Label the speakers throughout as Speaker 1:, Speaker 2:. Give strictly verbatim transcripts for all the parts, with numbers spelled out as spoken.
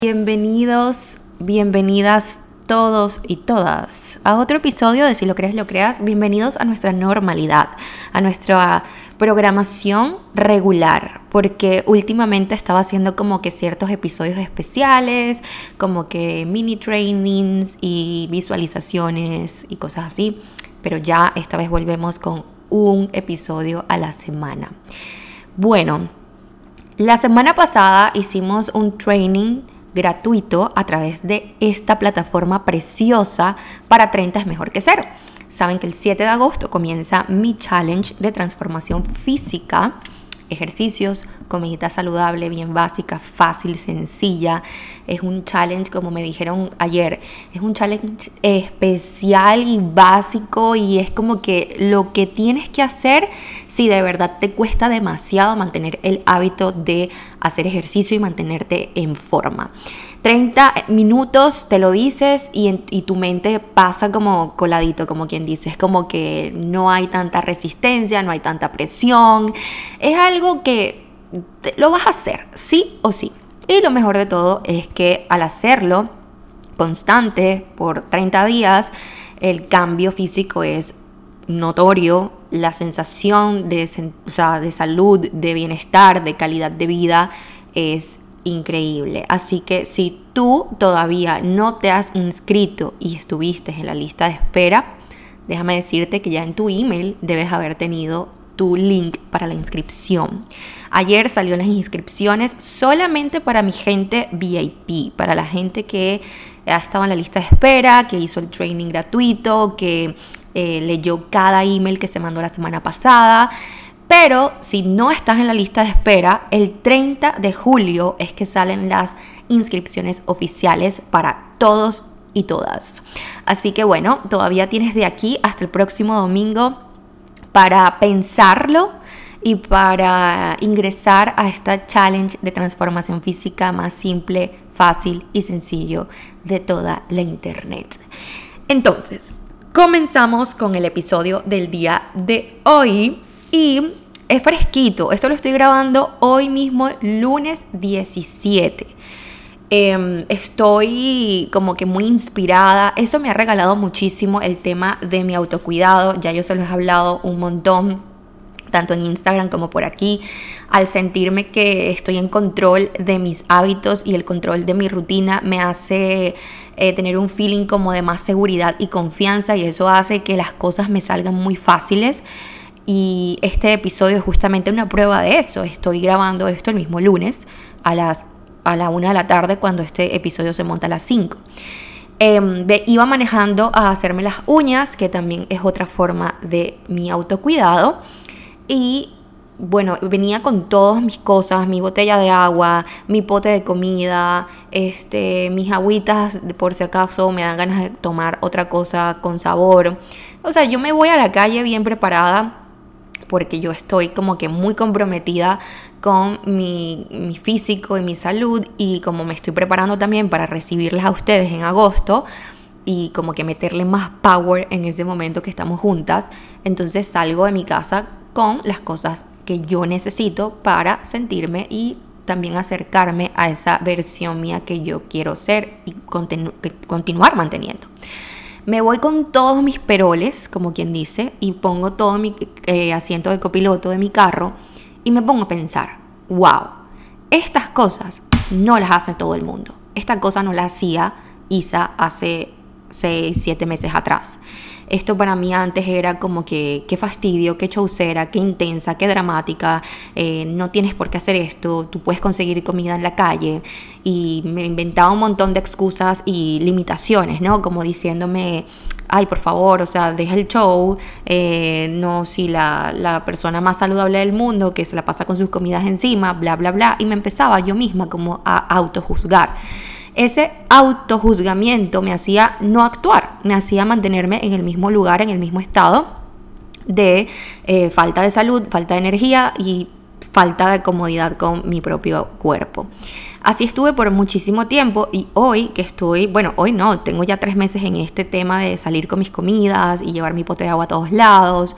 Speaker 1: Bienvenidos, bienvenidas todos y todas a otro episodio de Si lo crees, lo creas. Bienvenidos a nuestra normalidad, a nuestra programación regular, porque últimamente estaba haciendo como que ciertos episodios especiales, como que mini trainings y visualizaciones y cosas así, pero ya esta vez volvemos con un episodio a la semana. Bueno, la semana pasada hicimos un training gratuito a través de esta plataforma preciosa para treinta es mejor que cero. Saben que el siete de agosto comienza mi challenge de transformación física, ejercicios, comidita saludable, bien básica, fácil, sencilla. Es un challenge, como me dijeron ayer, es un challenge especial y básico, y es como que lo que tienes que hacer si de verdad te cuesta demasiado mantener el hábito de hacer ejercicio y mantenerte en forma. treinta minutos te lo dices y, en, y tu mente pasa como coladito, como quien dice. Es como que no hay tanta resistencia, no hay tanta presión. Es algo que te, lo vas a hacer, sí o sí. Y lo mejor de todo es que al hacerlo constante por treinta días, el cambio físico es notorio. La sensación de, o sea, de salud, de bienestar, de calidad de vida es increíble. Así que si tú todavía no te has inscrito y estuviste en la lista de espera, déjame decirte que ya en tu email debes haber tenido tu link para la inscripción. Ayer salió las inscripciones solamente para mi gente V I P, para la gente que ha estado en la lista de espera, que hizo el training gratuito, que eh, leyó cada email que se mandó la semana pasada. Pero si no estás en la lista de espera, el treinta de julio es que salen las inscripciones oficiales para todos y todas. Así que bueno, todavía tienes de aquí hasta el próximo domingo para pensarlo y para ingresar a esta challenge de transformación física más simple, fácil y sencillo de toda la internet. Entonces, comenzamos con el episodio del día de hoy. Y es fresquito, esto lo estoy grabando hoy mismo, lunes diecisiete. Eh, estoy como que muy inspirada, eso me ha regalado muchísimo el tema de mi autocuidado, ya yo se los he hablado un montón, tanto en Instagram como por aquí, al sentirme que estoy en control de mis hábitos y el control de mi rutina me hace eh, tener un feeling como de más seguridad y confianza, y eso hace que las cosas me salgan muy fáciles. Y este episodio es justamente una prueba de eso. Estoy grabando esto el mismo lunes a las a la una de la tarde, cuando este episodio se monta a las cinco. Eh, de, iba manejando a hacerme las uñas, que también es otra forma de mi autocuidado. Y bueno, venía con todas mis cosas, mi botella de agua, mi pote de comida, este, mis agüitas, por si acaso me dan ganas de tomar otra cosa con sabor. O sea, yo me voy a la calle bien preparada, porque yo estoy como que muy comprometida con mi, mi físico y mi salud, y como me estoy preparando también para recibirlas a ustedes en agosto y como que meterle más power en ese momento que estamos juntas, entonces salgo de mi casa con las cosas que yo necesito para sentirme y también acercarme a esa versión mía que yo quiero ser y continu- que continuar manteniendo. Me voy con todos mis peroles, como quien dice, y pongo todo mi eh, asiento de copiloto de mi carro y me pongo a pensar, wow, estas cosas no las hace todo el mundo. Esta cosa no la hacía Isa hace seis, siete meses atrás. Esto para mí antes era como que qué fastidio, qué chaucera, qué intensa, qué dramática, eh, no tienes por qué hacer esto, tú puedes conseguir comida en la calle. Y me inventaba un montón de excusas y limitaciones, ¿no? Como diciéndome, ay, por favor, o sea, deja el show, eh, no, si la, la persona más saludable del mundo que se la pasa con sus comidas encima, bla, bla, bla. Y me empezaba yo misma como a autojuzgar. Ese autojuzgamiento me hacía no actuar, me hacía mantenerme en el mismo lugar, en el mismo estado de eh, falta de salud, falta de energía y falta de comodidad con mi propio cuerpo. Así estuve por muchísimo tiempo, y hoy que estoy, bueno, hoy no, tengo ya tres meses en este tema de salir con mis comidas y llevar mi pote de agua a todos lados,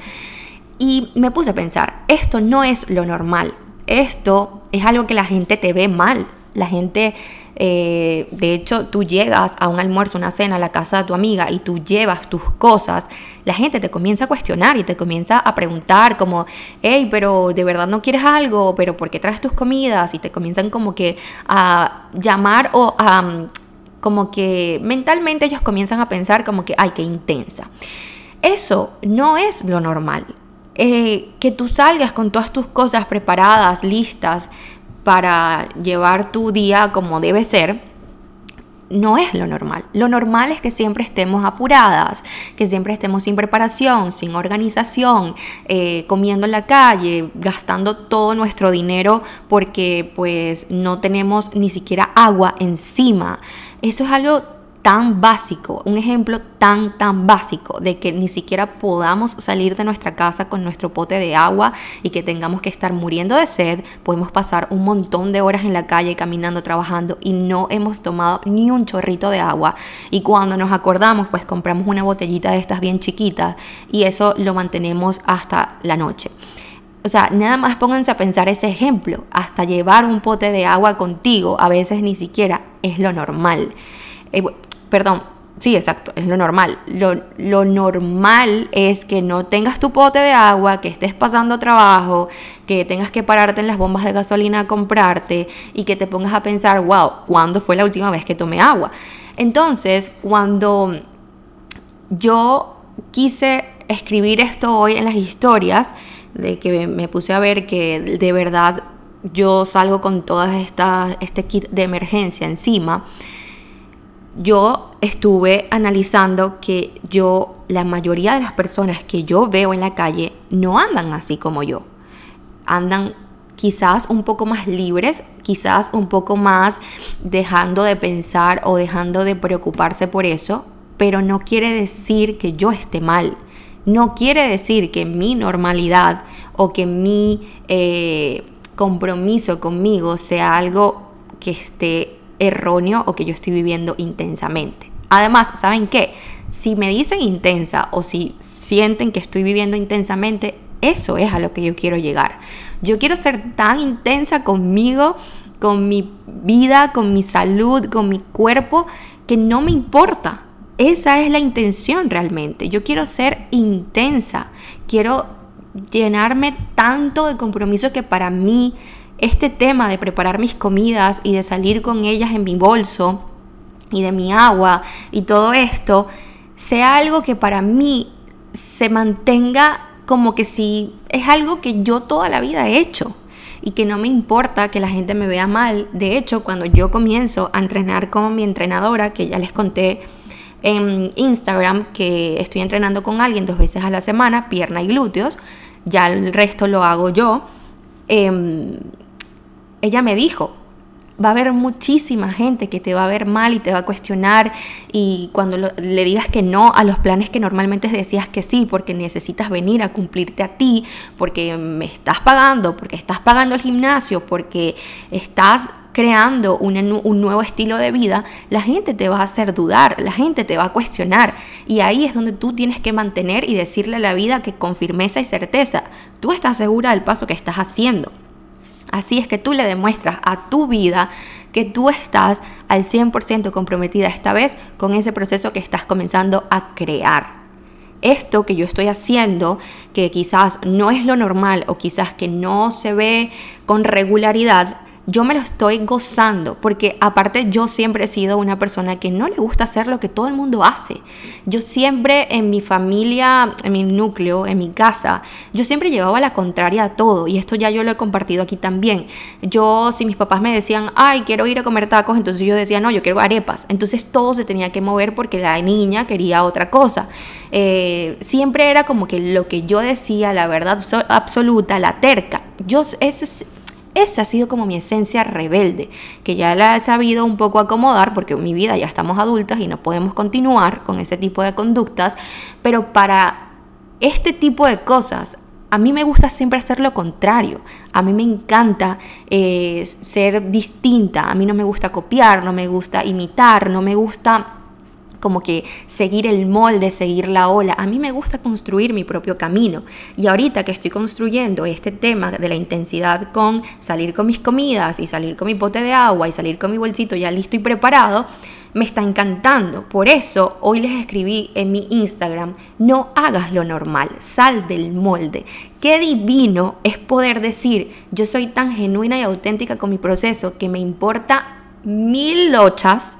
Speaker 1: y me puse a pensar, esto no es lo normal, esto es algo que la gente te ve mal, la gente Eh, de hecho, tú llegas a un almuerzo, una cena, a la casa de tu amiga y tú llevas tus cosas, la gente te comienza a cuestionar y te comienza a preguntar como, hey, pero ¿de verdad no quieres algo? ¿Pero por qué traes tus comidas? Y te comienzan como que a llamar o a... como que mentalmente ellos comienzan a pensar como que, ay, qué intensa. Eso no es lo normal. Eh, que tú salgas con todas tus cosas preparadas, listas, para llevar tu día como debe ser, no es lo normal. Lo normal es que siempre estemos apuradas, que siempre estemos sin preparación, sin organización, eh, comiendo en la calle, gastando todo nuestro dinero porque pues no tenemos ni siquiera agua encima. Eso es algo tan básico, un ejemplo tan, tan básico de que ni siquiera podamos salir de nuestra casa con nuestro pote de agua y que tengamos que estar muriendo de sed. Podemos pasar un montón de horas en la calle caminando, trabajando y no hemos tomado ni un chorrito de agua. Y cuando nos acordamos, pues compramos una botellita de estas bien chiquitas y eso lo mantenemos hasta la noche. O sea, nada más pónganse a pensar ese ejemplo. Hasta llevar un pote de agua contigo a veces ni siquiera es lo normal. Eh, Perdón, sí, exacto, es lo normal. Lo, lo normal es que no tengas tu pote de agua, que estés pasando trabajo, que tengas que pararte en las bombas de gasolina a comprarte y que te pongas a pensar, wow, ¿cuándo fue la última vez que tomé agua? Entonces, cuando yo quise escribir esto hoy en las historias, de que me puse a ver que de verdad yo salgo con toda esta, este kit de emergencia encima, yo estuve analizando que yo, la mayoría de las personas que yo veo en la calle no andan así como yo. Andan quizás un poco más libres, quizás un poco más dejando de pensar o dejando de preocuparse por eso, pero no quiere decir que yo esté mal. No quiere decir que mi normalidad o que mi eh, compromiso conmigo sea algo que esté erróneo o que yo estoy viviendo intensamente. Además, ¿saben qué? Si me dicen intensa o si sienten que estoy viviendo intensamente, eso es a lo que yo quiero llegar. Yo quiero ser tan intensa conmigo, con mi vida, con mi salud, con mi cuerpo, que no me importa. Esa es la intención realmente. Yo quiero ser intensa. Quiero llenarme tanto de compromiso que para mí este tema de preparar mis comidas y de salir con ellas en mi bolso y de mi agua y todo esto sea algo que para mí se mantenga como que si es algo que yo toda la vida he hecho y que no me importa que la gente me vea mal. De hecho, cuando yo comienzo a entrenar con mi entrenadora, que ya les conté en Instagram que estoy entrenando con alguien dos veces a la semana, pierna y glúteos, ya el resto lo hago yo, eh, ella me dijo, va a haber muchísima gente que te va a ver mal y te va a cuestionar, y cuando lo, le digas que no a los planes que normalmente decías que sí, porque necesitas venir a cumplirte a ti, porque me estás pagando, porque estás pagando el gimnasio, porque estás creando una, un nuevo estilo de vida, la gente te va a hacer dudar, la gente te va a cuestionar, y ahí es donde tú tienes que mantener y decirle a la vida que con firmeza y certeza, tú estás segura del paso que estás haciendo. Así es que tú le demuestras a tu vida que tú estás al cien por ciento comprometida esta vez con ese proceso que estás comenzando a crear. Esto que yo estoy haciendo, que quizás no es lo normal o quizás que no se ve con regularidad, yo me lo estoy gozando, porque aparte yo siempre he sido una persona que no le gusta hacer lo que todo el mundo hace. Yo siempre en mi familia, en mi núcleo, en mi casa, yo siempre llevaba la contraria a todo, y esto ya yo lo he compartido aquí también. Yo, si mis papás me decían, ay, quiero ir a comer tacos, entonces yo decía, no, yo quiero arepas. Entonces todo se tenía que mover porque la niña quería otra cosa. Eh, siempre era como que lo que yo decía, la verdad absoluta, la terca. Yo, eso es... Esa ha sido como mi esencia rebelde, que ya la he sabido un poco acomodar porque en mi vida ya estamos adultas y no podemos continuar con ese tipo de conductas, pero para este tipo de cosas a mí me gusta siempre hacer lo contrario. A mí me encanta eh, ser distinta, a mí no me gusta copiar, no me gusta imitar, no me gusta como que seguir el molde, seguir la ola. A mí me gusta construir mi propio camino. Y ahorita que estoy construyendo este tema de la intensidad con salir con mis comidas y salir con mi pote de agua y salir con mi bolsito ya listo y preparado, me está encantando. Por eso hoy les escribí en mi Instagram: no hagas lo normal, sal del molde. Qué divino es poder decir: yo soy tan genuina y auténtica con mi proceso que me importa mil lochas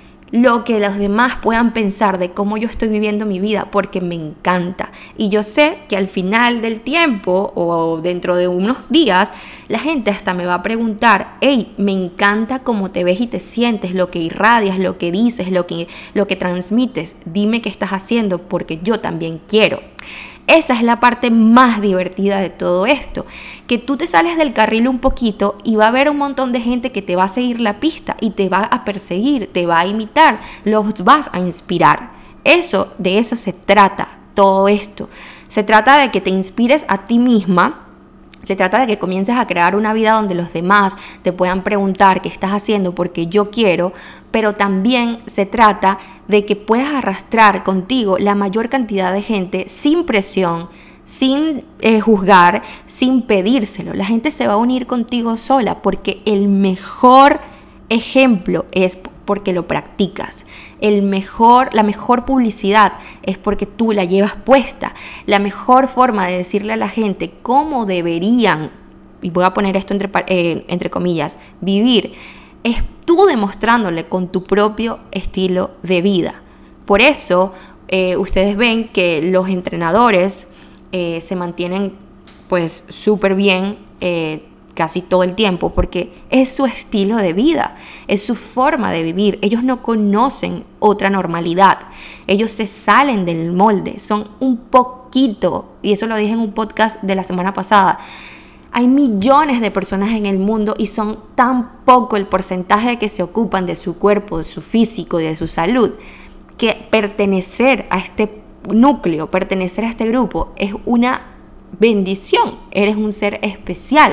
Speaker 1: lo que los demás puedan pensar de cómo yo estoy viviendo mi vida, porque me encanta. Y yo sé que al final del tiempo o dentro de unos días, la gente hasta me va a preguntar: hey, me encanta cómo te ves y te sientes, lo que irradias, lo que dices, lo que, lo que transmites. Dime qué estás haciendo porque yo también quiero. Esa es la parte más divertida de todo esto, que tú te sales del carril un poquito y va a haber un montón de gente que te va a seguir la pista y te va a perseguir, te va a imitar, los vas a inspirar. Eso, de eso se trata todo esto. Se trata de que te inspires a ti misma. Se trata de que comiences a crear una vida donde los demás te puedan preguntar qué estás haciendo porque yo quiero, pero también se trata de que puedas arrastrar contigo la mayor cantidad de gente sin presión, sin eh, juzgar, sin pedírselo. La gente se va a unir contigo sola porque el mejor ejemplo es porque lo practicas. El mejor, la mejor publicidad es porque tú la llevas puesta. La mejor forma de decirle a la gente cómo deberían, y voy a poner esto entre, eh, entre comillas, vivir, es tú demostrándole con tu propio estilo de vida. Por eso eh, ustedes ven que los entrenadores eh, se mantienen pues súper bien eh, casi todo el tiempo, porque es su estilo de vida, es su forma de vivir. Ellos no conocen otra normalidad, ellos se salen del molde, son un poquito, y eso lo dije en un podcast de la semana pasada. Hay millones de personas en el mundo y son tan poco el porcentaje que se ocupan de su cuerpo, de su físico, de su salud, que pertenecer a este núcleo, pertenecer a este grupo es una bendición. Eres un ser especial.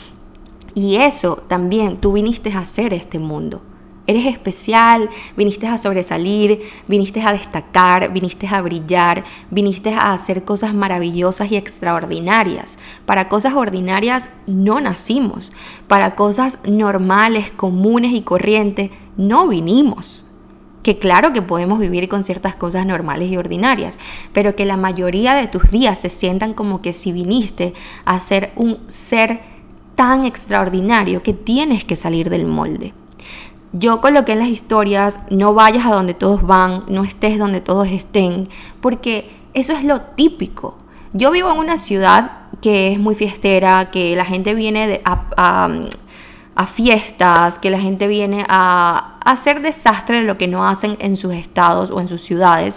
Speaker 1: Y eso también, tú viniste a hacer este mundo. Eres especial, viniste a sobresalir, viniste a destacar, viniste a brillar, viniste a hacer cosas maravillosas y extraordinarias. Para cosas ordinarias no nacimos. Para cosas normales, comunes y corrientes no vinimos. Que claro que podemos vivir con ciertas cosas normales y ordinarias, pero que la mayoría de tus días se sientan como que si viniste a ser un ser tan extraordinario que tienes que salir del molde. Yo coloqué en las historias: no vayas a donde todos van, no estés donde todos estén, porque eso es lo típico. Yo vivo en una ciudad que es muy fiestera, que la gente viene de, a, a, a fiestas, que la gente viene a, a hacer desastre de lo que no hacen en sus estados o en sus ciudades.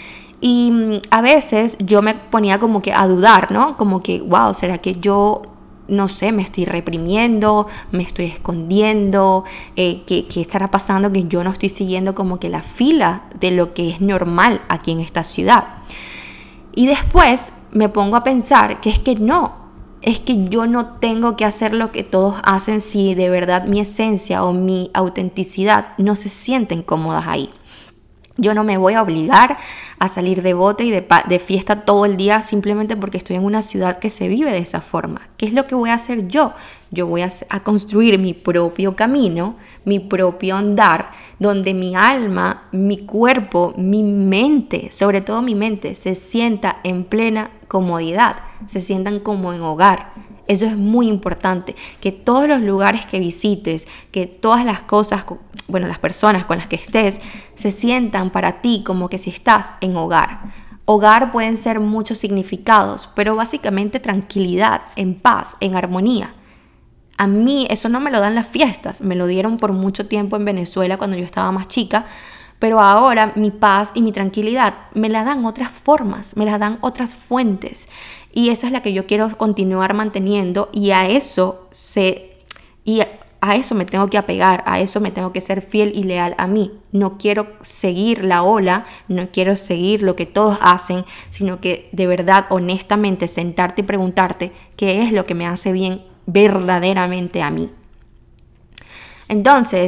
Speaker 1: Y a veces yo me ponía como que a dudar, ¿no? Como que, wow, ¿será que yo... no sé, me estoy reprimiendo, me estoy escondiendo, eh, ¿qué, qué estará pasando que yo no estoy siguiendo como que la fila de lo que es normal aquí en esta ciudad? Y después me pongo a pensar que es que no, es que yo no tengo que hacer lo que todos hacen si de verdad mi esencia o mi autenticidad no se sienten cómodas ahí. Yo no me voy a obligar a salir de bote y de, de fiesta todo el día simplemente porque estoy en una ciudad que se vive de esa forma. ¿Qué es lo que voy a hacer yo? Yo voy a, a construir mi propio camino, mi propio andar, donde mi alma, mi cuerpo, mi mente, sobre todo mi mente, se sienta en plena comodidad, se sientan como en hogar. Eso es muy importante, que todos los lugares que visites, que todas las cosas, bueno, las personas con las que estés, se sientan para ti como que si estás en hogar. Hogar pueden ser muchos significados, pero básicamente tranquilidad, en paz, en armonía. A mí eso no me lo dan las fiestas, me lo dieron por mucho tiempo en Venezuela cuando yo estaba más chica, pero ahora mi paz y mi tranquilidad me la dan otras formas, me la dan otras fuentes. Y esa es la que yo quiero continuar manteniendo y a eso se y a eso me tengo que apegar, a eso me tengo que ser fiel y leal a mí. No quiero seguir la ola, no quiero seguir lo que todos hacen, sino que de verdad, honestamente, sentarte y preguntarte qué es lo que me hace bien verdaderamente a mí. Entonces,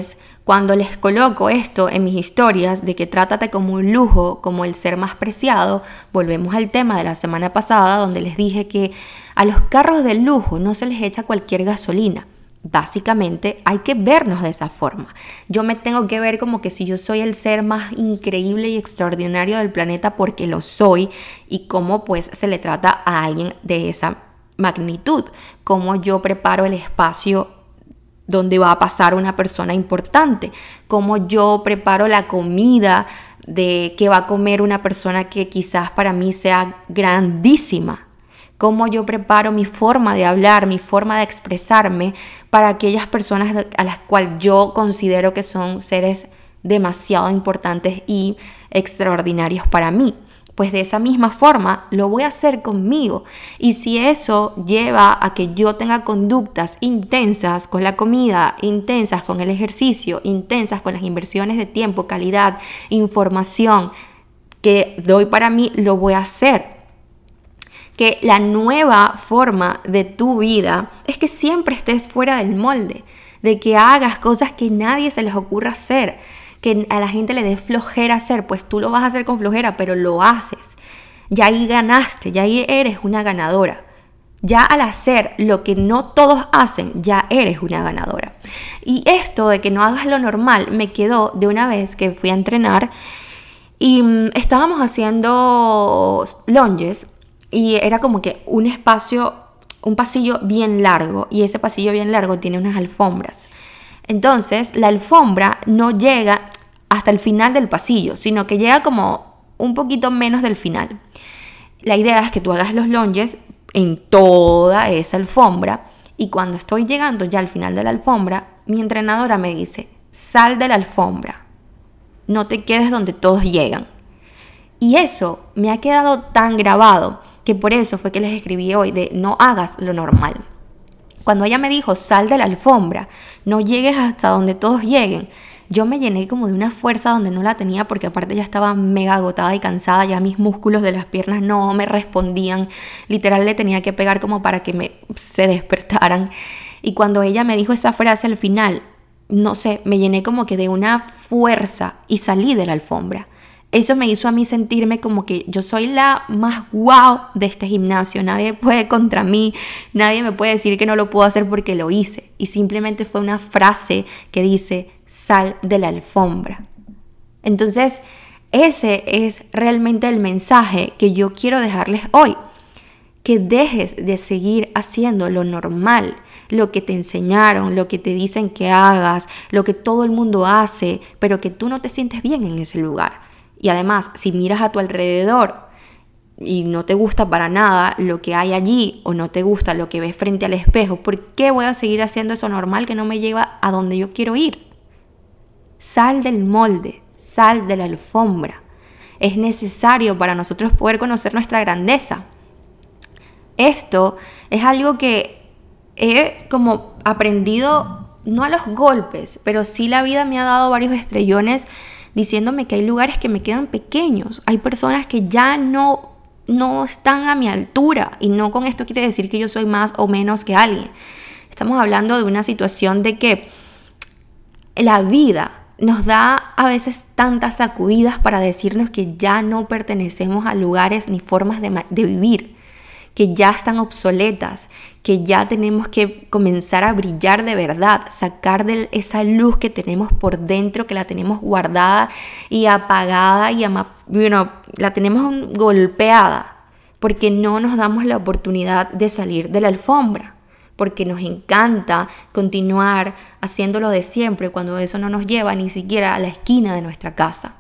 Speaker 1: Cuando les coloco esto en mis historias de que trátate como un lujo, como el ser más preciado, volvemos al tema de la semana pasada donde les dije que a los carros de lujo no se les echa cualquier gasolina. Básicamente hay que vernos de esa forma. Yo me tengo que ver como que si yo soy el ser más increíble y extraordinario del planeta, porque lo soy, y cómo pues se le trata a alguien de esa magnitud, cómo yo preparo el espacio donde va a pasar una persona importante, cómo yo preparo la comida de que va a comer una persona que quizás para mí sea grandísima, cómo yo preparo mi forma de hablar, mi forma de expresarme para aquellas personas a las cuales yo considero que son seres demasiado importantes y extraordinarios para mí. Pues de esa misma forma lo voy a hacer conmigo. Y si eso lleva a que yo tenga conductas intensas con la comida, intensas con el ejercicio, intensas con las inversiones de tiempo, calidad, información que doy para mí, lo voy a hacer. Que la nueva forma de tu vida es que siempre estés fuera del molde, de que hagas cosas que nadie se les ocurra hacer, que a la gente le dé flojera hacer, pues tú lo vas a hacer con flojera, pero lo haces. Ya ahí ganaste, ya ahí eres una ganadora. Ya al hacer lo que no todos hacen, ya eres una ganadora. Y esto de que no hagas lo normal me quedó de una vez que fui a entrenar y mmm, estábamos haciendo lunges y era como que un espacio, un pasillo bien largo, y ese pasillo bien largo tiene unas alfombras. Entonces la alfombra no llega hasta el final del pasillo, sino que llega como un poquito menos del final. La idea es que tú hagas los lunges en toda esa alfombra, y cuando estoy llegando ya al final de la alfombra, mi entrenadora me dice: sal de la alfombra, no te quedes donde todos llegan. Y eso me ha quedado tan grabado que por eso fue que les escribí hoy de no hagas lo normal. Cuando ella me dijo sal de la alfombra, no llegues hasta donde todos lleguen, yo me llené como de una fuerza donde no la tenía, porque aparte ya estaba mega agotada y cansada, ya mis músculos de las piernas no me respondían, literal le tenía que pegar como para que me, se despertaran. Y cuando ella me dijo esa frase al final, no sé, me llené como que de una fuerza y salí de la alfombra. Eso me hizo a mí sentirme como que yo soy la más guau de este gimnasio. Nadie puede contra mí, nadie me puede decir que no lo puedo hacer porque lo hice. Y simplemente fue una frase que dice: sal de la alfombra. Entonces, ese es realmente el mensaje que yo quiero dejarles hoy. Que dejes de seguir haciendo lo normal, lo que te enseñaron, lo que te dicen que hagas, lo que todo el mundo hace, pero que tú no te sientes bien en ese lugar. Y además, si miras a tu alrededor y no te gusta para nada lo que hay allí, o no te gusta lo que ves frente al espejo, ¿por qué voy a seguir haciendo eso normal que no me lleva a donde yo quiero ir? Sal del molde, sal de la alfombra. Es necesario para nosotros poder conocer nuestra grandeza. Esto es algo que he como aprendido, no a los golpes, pero sí la vida me ha dado varios estrellones diciéndome que hay lugares que me quedan pequeños. Hay personas que ya no, no están a mi altura, y no con esto quiere decir que yo soy más o menos que alguien. Estamos hablando de una situación de que la vida nos da a veces tantas sacudidas para decirnos que ya no pertenecemos a lugares ni formas de, de vivir, que ya están obsoletas, que ya tenemos que comenzar a brillar de verdad, sacar de esa luz que tenemos por dentro, que la tenemos guardada y apagada y ama, bueno, la tenemos golpeada, porque no nos damos la oportunidad de salir de la alfombra, porque nos encanta continuar haciéndolo de siempre cuando eso no nos lleva ni siquiera a la esquina de nuestra casa.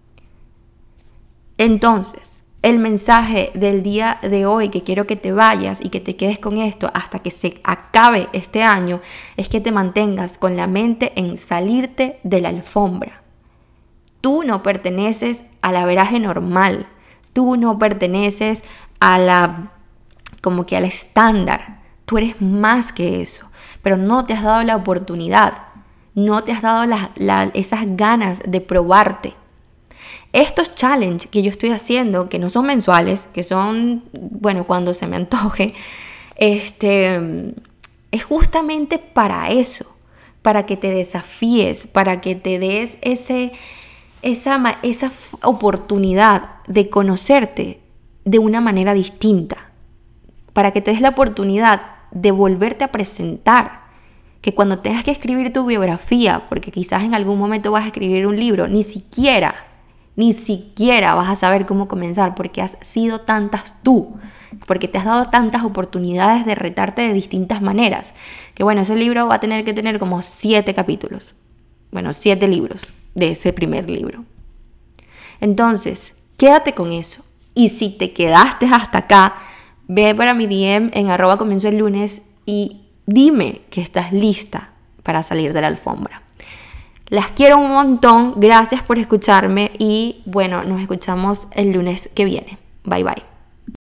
Speaker 1: Entonces, el mensaje del día de hoy que quiero que te vayas y que te quedes con esto hasta que se acabe este año es que te mantengas con la mente en salirte de la alfombra. Tú no perteneces al averaje normal, tú no perteneces a la, como que al estándar, tú eres más que eso, pero no te has dado la oportunidad, no te has dado la, la, esas ganas de probarte. Estos challenges que yo estoy haciendo, que no son mensuales, que son, bueno, cuando se me antoje, este, es justamente para eso, para que te desafíes, para que te des ese, esa, esa oportunidad de conocerte de una manera distinta, para que te des la oportunidad de volverte a presentar, que cuando tengas que escribir tu biografía, porque quizás en algún momento vas a escribir un libro, ni siquiera, ni siquiera vas a saber cómo comenzar, porque has sido tantas tú, porque te has dado tantas oportunidades de retarte de distintas maneras, que bueno, ese libro va a tener que tener como siete capítulos, bueno, siete libros de ese primer libro. Entonces, quédate con eso, y si te quedaste hasta acá, ve para mi D M en arroba comienzo el lunes y dime que estás lista para salir de la alfombra. Las quiero un montón, gracias por escucharme y bueno, nos escuchamos el lunes que viene. Bye bye.